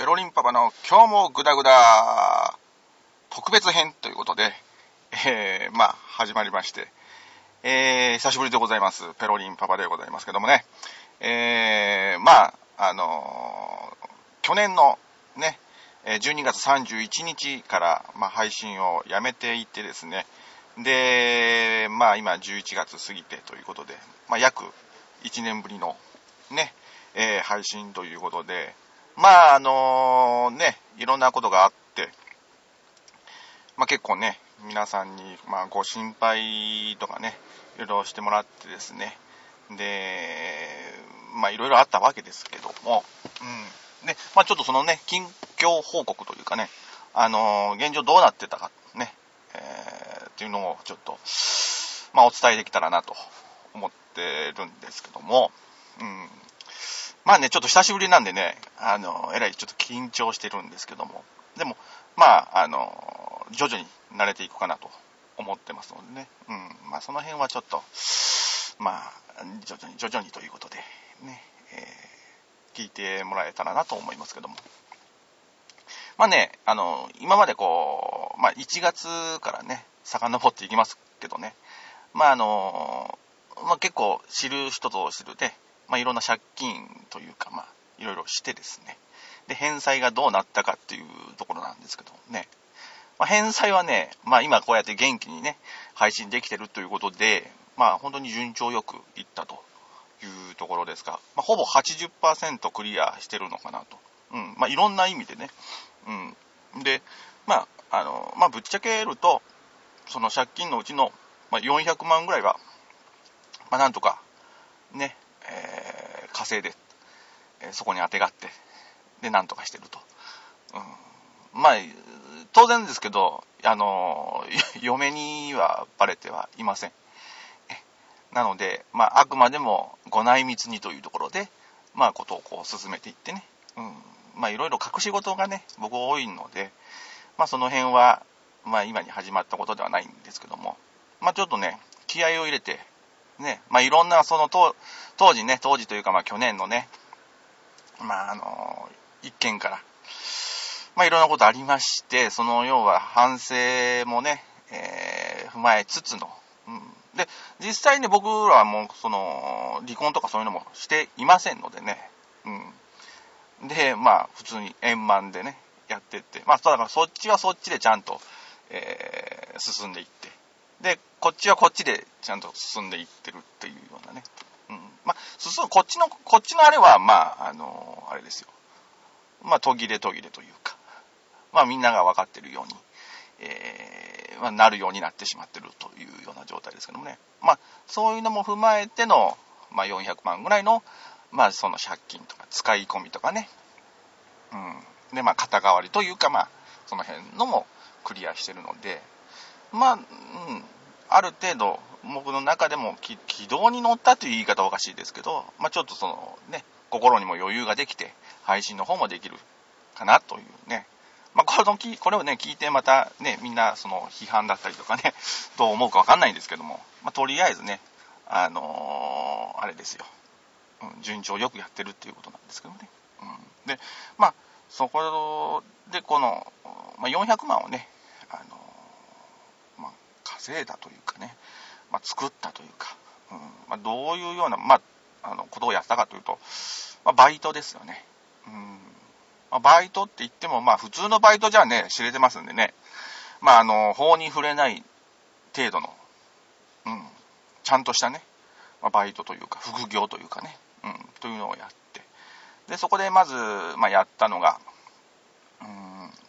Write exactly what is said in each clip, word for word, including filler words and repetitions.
ペロリンパパの今日もグダグダ特別編ということで、えー、まあ始まりまして、えー、久しぶりでございます。ペロリンパパでございますけどもね、えー、まああのー、去年のねじゅうにがつさんじゅういちにちから、まあ、配信をやめていってですね、でまあ今じゅういちがつ過ぎてということで、まあ、約いちねんぶりのね、えー、配信ということで、まああのねいろんなことがあって、まあ、結構ね皆さんに、まあ、ご心配とかねいろいろしてもらってですね、でまあいろいろあったわけですけども、うんでまあ、ちょっとそのね近況報告というかね、あのー、現状どうなってたかね、えー、っていうのをちょっと、まあ、お伝えできたらなと思ってるんですけども、うんまあね、ちょっと久しぶりなんでね、あの、えらいちょっと緊張してるんですけども、でも、まあ、あの、徐々に慣れていくかなと思ってますのでね、うん、まあその辺はちょっと、まあ、徐々に徐々にということで、ね、えー、聞いてもらえたらなと思いますけども。まあね、あの、今までこう、まあいちがつからね、遡っていきますけどね、まああの、まあ結構知る人ぞ知るで、まあ、いろんな借金というか、まあ、いろいろしてですね。で、返済がどうなったかっていうところなんですけどね。まあ、返済はね、まあ、今こうやって元気にね、配信できてるということで、まあ、本当に順調よくいったというところですが、まあ、ほぼ はちじゅっパーセント クリアしてるのかなと。うん。まあ、いろんな意味でね。うん。で、まあ、あの、まあ、ぶっちゃけると、その借金のうちの、まあ、よんひゃくまんぐらいは、まあ、なんとか、ね、えー、稼いで、えー、そこにあてがってでなんとかしてると、うん、まあ当然ですけど、あの嫁にはバレてはいません。なので、まあ、あくまでもご内密にというところで、まあ、ことをこう進めていってね、うん、まあいろいろ隠し事がね僕多いので、まあその辺はまあ今に始まったことではないんですけども、まあちょっとね気合を入れてね、まあいろんなその当当時ね、当時というかまあ去年のね、まああの一件から、まあいろんなことありまして、その要は反省もね、えー、踏まえつつの、うん、で実際ね僕らはもうその離婚とかそういうのもしていませんのでね、うん、でまあ普通に円満でねやってって、まあだからそっちはそっちでちゃんと、えー、進んでいって。でこっちはこっちでちゃんと進んでいってるっていうようなね、うん、まあ進むこっちのこっちのあれはまああのあれですよ、まあ途切れ途切れというか、まあみんなが分かってるように、えーまあ、なるようになってしまってるというような状態ですけどもね、まあそういうのも踏まえての、まあ、よんひゃくまんぐらいのまあその借金とか使い込みとかね、うん、でまあ肩代わりというか、まあその辺のもクリアしてるので、まあ、うん、ある程度僕の中でも軌道に乗ったという言い方はおかしいですけど、まあ、ちょっとそのね心にも余裕ができて配信の方もできるかなというね、まあ、このこれをね聞いてまたねみんなその批判だったりとかねどう思うか分かんないんですけども、まあ、とりあえずねあのー、あれですよ、うん、順調よくやってるっていうことなんですけどね、うん、でまあそこでこの、まあ、よんひゃくまんをねあのーまあ、稼いだというかね、まあ、作ったというか、うんまあ、どういうような、まあ、あのことをやったかというと、まあ、バイトですよね、うんまあ、バイトって言っても、まあ、普通のバイトじゃね知れてますんでね、まあ、あの法に触れない程度の、うん、ちゃんとしたね、まあ、バイトというか副業というかね、うん、というのをやって、でそこでまず、まあ、やったのが、うん、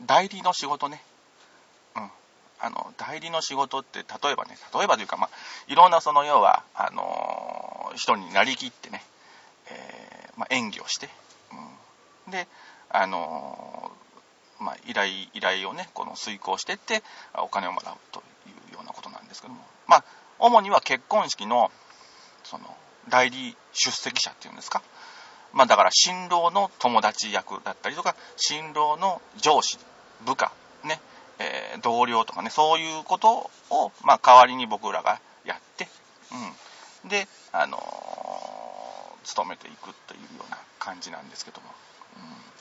代理の仕事ね、あの代理の仕事って例えばね例えばというか、まあ、いろんなその要はあのー、人になりきってね、えーまあ、演技をして、うん、であのー、まあ、依頼依頼をねこの遂行していってお金をもらうというようなことなんですけども、まあ主には結婚式のその代理出席者っていうんですか、まあだから新郎の友達役だったりとか新郎の上司部下ね、えー、同僚とかねそういうことを、まあ、代わりに僕らがやって、うん、で、あのー、勤めていくというような感じなんですけども、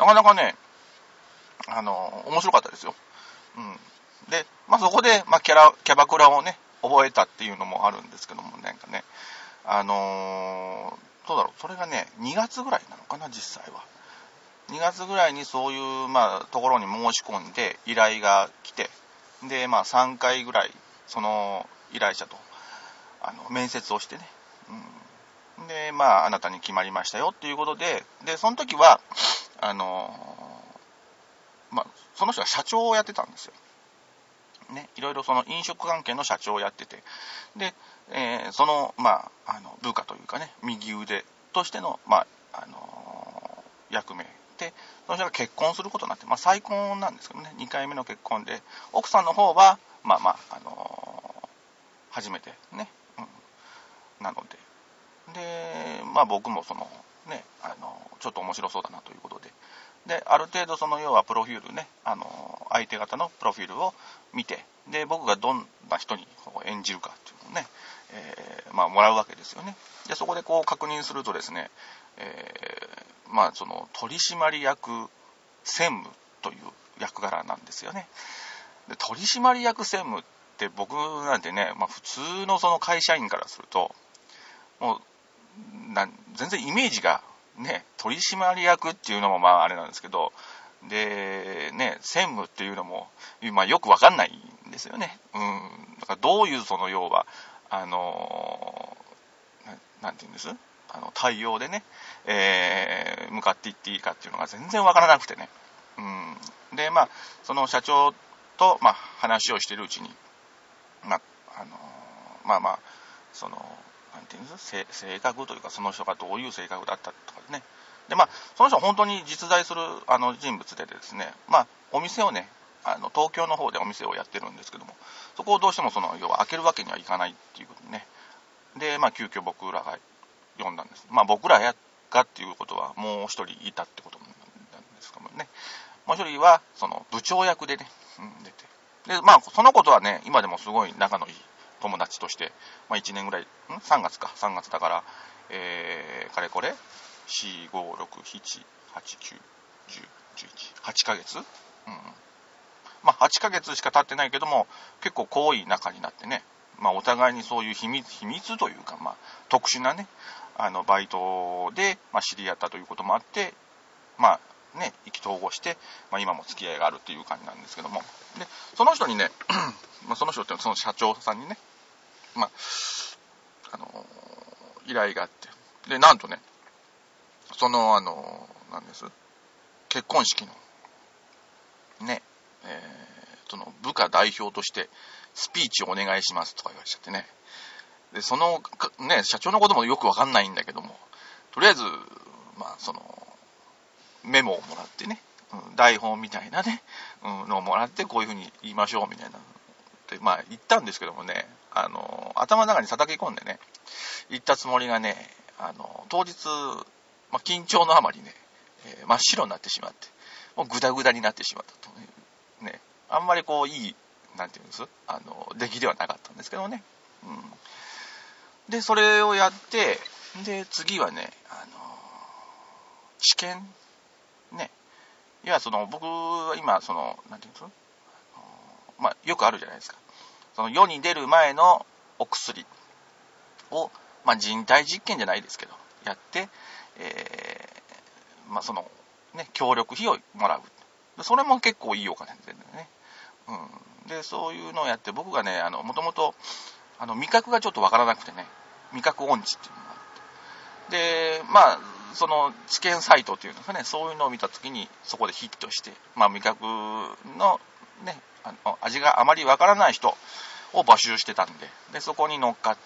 なかなかね、あの、面白かったですよ。うん。で、まあ、そこで、まあ、キャラ、キャバクラをね、覚えたっていうのもあるんですけども、なんかね、あのー、どうだろう、それがね、にがつぐらいなのかな、実際は。にがつぐらいにそういう、まあ、ところに申し込んで、依頼が来て、で、まあ、さんかいぐらい、その依頼者と、あの、面接をしてね、うん。で、まあ、あなたに決まりましたよっていうことで、で、その時は、あのー、まあ、その人は社長をやってたんですよ。ね、いろいろその飲食関係の社長をやってて、で、えー、その、まあ、あの、部下というかね、右腕としての、まあ、あのー、役目で、その人が結婚することになって、まあ、再婚なんですけどね、にかいめの結婚で、奥さんの方は、まあまあ、あのー、初めてね、うん、なので、で、まあ僕もその、ね、あの、ちょっと面白そうだなということで、で、ある程度その要はプロフィールね、あの、相手方のプロフィールを見て、で、僕がどんな人に演じるかっていうのをね、えー、まあもらうわけですよね。で、そこでこう確認するとですね、えー、まあその取締役専務という役柄なんですよね。で、取締役専務って僕なんてね、まあ普通のその会社員からすると、もうな全然イメージがね、取締役っていうのもまああれなんですけど、でね、専務っていうのも、まあ、よくわかんないんですよね。うん、だからどういうその要はあのな、なんていうんです、あの対応でね、えー、向かっていっていいかっていうのが全然わからなくてね。うん、でまあその社長とまあ話をしているうちに、まああのまあまあそのなんていうんです、性格というか、その人がどういう性格だったとかね。で、まあ、その人は本当に実在するあの人物でですね、まあ、お店をね、あの東京の方でお店をやってるんですけども、そこをどうしてもその要は開けるわけにはいかないっていうことでね。で、まあ、急遽僕らが呼んだんです。まあ、僕らやがっていうことはもう一人いたってことなんですけどもね。もう一人はその部長役でね、うん、出て。で、まあ、そのことはね、今でもすごい仲のいい友達として、まあ、いちねんぐらい、んさんがつか、さんがつだから、えー、かれこれ、よん、ご、ろく、なな、はち、きゅう、じゅう、じゅういち、はちかげつ、うん。まあ、はちかげつしか経ってないけども、結構濃い仲になってね、まあ、お互いにそういう秘密、秘密というか、まあ、特殊なね、あの、バイトで、まあ、知り合ったということもあって、まあ、ね、意気投合して、まあ、今も付き合いがあるっていう感じなんですけども、で、その人にね、まあその人ってその社長さんにね、まあ、あのー、依頼があって、で、なんとね、その、あのー、なんです、結婚式の、ね、えー、その部下代表としてスピーチをお願いしますとか言われちゃってね。で、その、ね、社長のこともよくわかんないんだけども、とりあえず、まあ、その、メモをもらってね、うん、台本みたいなね、うん、のをもらって、こういうふうに言いましょうみたいな。で、まあ、言ったんですけどもね、あの、頭の中に叩き込んでね、言ったつもりがね、あの、当日、まあ、緊張のあまりね、えー、真っ白になってしまって、もうグダグダになってしまったというね、あんまりこう、いい、なんていうんです、あの、出来ではなかったんですけどね。うん。で、それをやって、で、次はね、あの、試験ね、いや、その、僕は今、その、なんていうんですか、まあ、よくあるじゃないですか。その世に出る前のお薬を、まあ、人体実験じゃないですけど、やって、えー、まあ、その、ね、協力費をもらう。それも結構いいお金でね。うん。で、そういうのをやって、僕がね、あの、もともと、あの、味覚がちょっとわからなくてね、味覚音痴っていうのがあって。で、まあ、その治験サイトっていうんですかね、そういうのを見たときに、そこでヒットして、まあ、味覚のね、あの味があまりわからない人を募集してたんで、で、そこに乗っかって、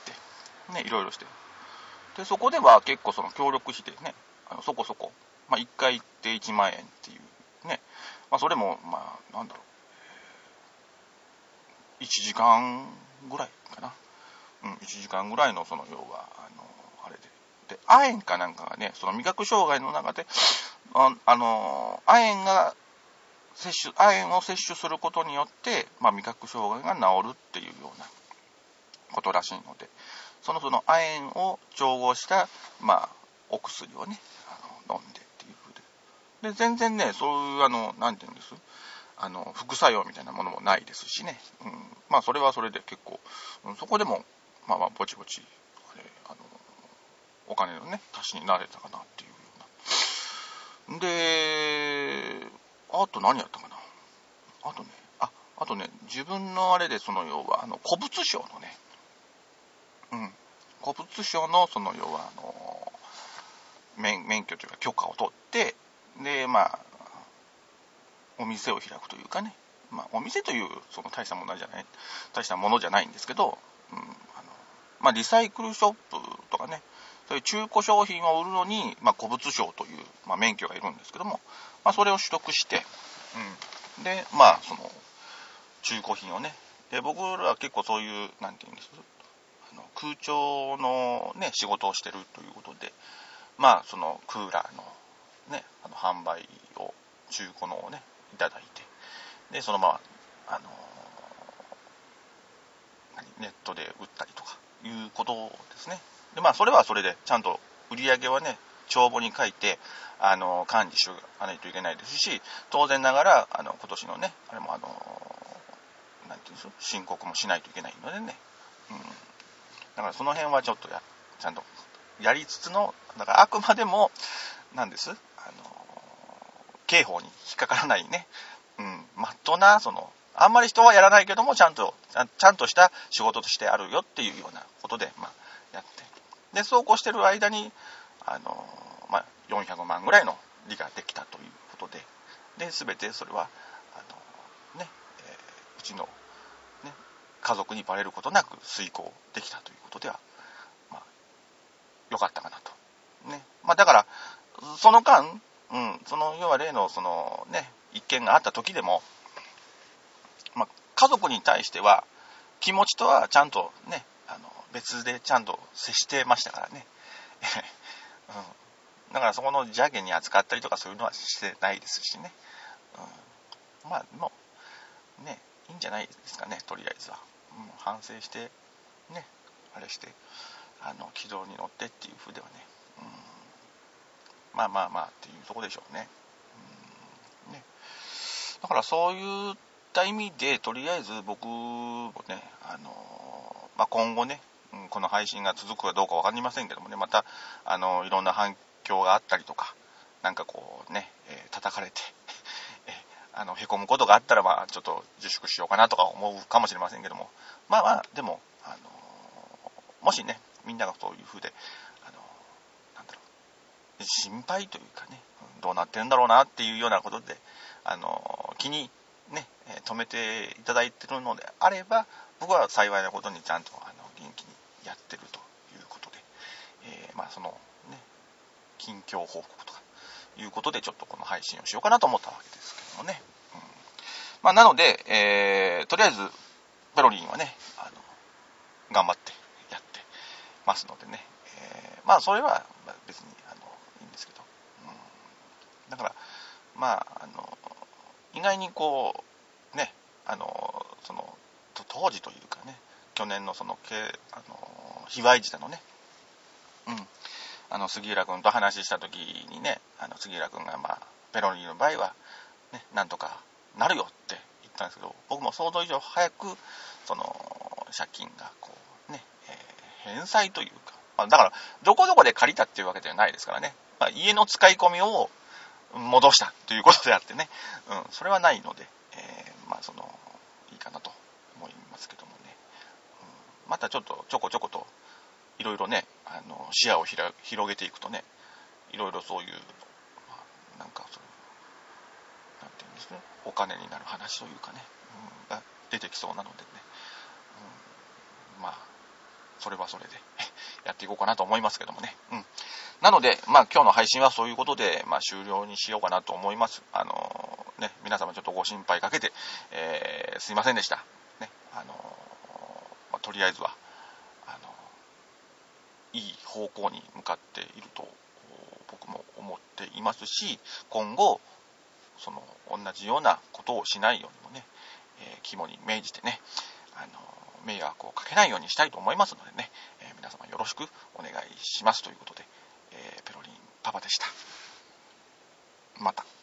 ね、いろいろして。で、そこでは結構その協力してね、あのそこそこ、まあ、いっかい行っていちまんえんっていうね、まあ、それも、まあ、なんだろう、いちじかんぐらいかな。うん、いちじかんぐらいのその、要は、あの、あれで。で、亜鉛かなんかがね、その味覚障害の中で、あ、あの、亜鉛が摂取、亜鉛を摂取することによって、まあ、味覚障害が治るっていうようなことらしいので、そのその亜鉛を調合した、まあ、お薬をね、あの飲んでっていう風で。 で、全然ね、そういう、あの、なんていうんです、あの、副作用みたいなものもないですしね。うん。まあ、それはそれで結構、うん、そこでも、まあまあ、ぼちぼち、あれ、あの、お金のね、足しになれたかなっていうような。で、あと何やったかな。あとね、あ、あとね、自分のあれで、その、要は、あの、古物商のね、うん、古物商の、その、要は、あの、免、免許というか許可を取って、で、まあ、お店を開くというかね、まあ、お店というその大したものじゃない、大したものじゃないんですけど、うん、あのまあ、リサイクルショップとかね、そういう中古商品を売るのに、まあ、古物商という、まあ、免許がいるんですけども、まあ、それを取得して、うん、で、まあ、その中古品をね、で僕らは結構そういう、なんていうんです、あの空調のね、仕事をしてるということで、まあ、そのクーラーのね、あの販売を、中古のをね、いただいて、で、そのまま、あのー、ネットで売ったりとか、いうことですね。で、まあ、それはそれで、ちゃんと売り上げはね、帳簿に書いて、あのー、管理しないといけないですし、当然ながら、あの、今年のね、あれもあのー、なんていうんですか、申告もしないといけないのでね、うん。だからその辺はちょっとや、ちゃんとやりつつの、だからあくまでも、なんです、あの、刑法に引っかからないね、うん、まっとうな、その、あんまり人はやらないけども、ちゃんと、ちゃんとした仕事としてあるよっていうようなことで、まあ、やって。で、そうこうしてる間に、あの、まあ、よんひゃくまんぐらいの利ができたということで、で、すべてそれは、あの、ね、えー、うちの、ね、家族にバレることなく遂行できたということでは、まあ、良かったかなと。ね。まあ、だから、その間、うん、その、要は例の、その、ね、一件があった時でも、まあ、家族に対しては、気持ちとはちゃんとね、あの、別でちゃんと接してましたからね。うん、だからそこの邪気に扱ったりとかそういうのはしてないですしね。うん、まあ、もう、ね、いいんじゃないですかね、とりあえずは。うん、反省して、ね、あれして、あの、軌道に乗ってっていう風ではね、うん、まあまあまあっていうとこでしょうね。うん、ね。だからそういった意味で、とりあえず僕もね、あのまあ、今後ね、この配信が続くかどうかわかりませんけどもね、また、あのいろんな反響があったりとか、なんかこうね、えー、叩かれて、えー、あの、へこむことがあったら、まあ、ちょっと自粛しようかなとか思うかもしれませんけども、まあまあ、でも、あのもしね、みんながそういう風で、あのなんだろう、心配というかね、どうなってるんだろうなっていうようなことで、あの気にね、止めていただいているのであれば、僕は幸いなことにちゃんとあの元気にやってるということで、えー、まあそのね、近況報告とかいうことでちょっとこの配信をしようかなと思ったわけですけどもね。うん、まあなので、えー、とりあえずペロリンはね、あの頑張ってやってますのでね、えー、まあそれは別にあのいいんですけど、うん、だからまああの意外にこうね、あのその当時というかね、去年のそのあの被害時のね、うん、あの杉浦君と話した時にね、あの杉浦君がまあペロリの場合はね、なんとかなるよって言ったんですけど、僕も想像以上早くその借金がこうね、えー、返済というか、まあ、だからどこどこで借りたっていうわけではないですからね、まあ、家の使い込みを戻したということであってね、うん、それはないので、えー、まあそのいいかなと思いますけどもね、うん、またちょっとちょこちょこといろいろね、あの視野を広げていくとね、いろいろそういう、まあ、なんかそういうなんていうんですね、お金になる話というかね、うん、が出てきそうなのでね、うん、まあそれはそれでやっていこうかなと思いますけどもね、うん、なので、まあ、今日の配信はそういうことで、まあ、終了にしようかなと思います。あのー、ね、皆様ちょっとご心配かけて、えー、すいませんでした。ね、あのー、まあ、とりあえずは、あのー、いい方向に向かっていると僕も思っていますし、今後、その同じようなことをしないようにもね、えー、肝に銘じてね、あのー、迷惑をかけないようにしたいと思いますのでね、えー、皆様よろしくお願いしますということで、えー、ペロリンパパでした。 また。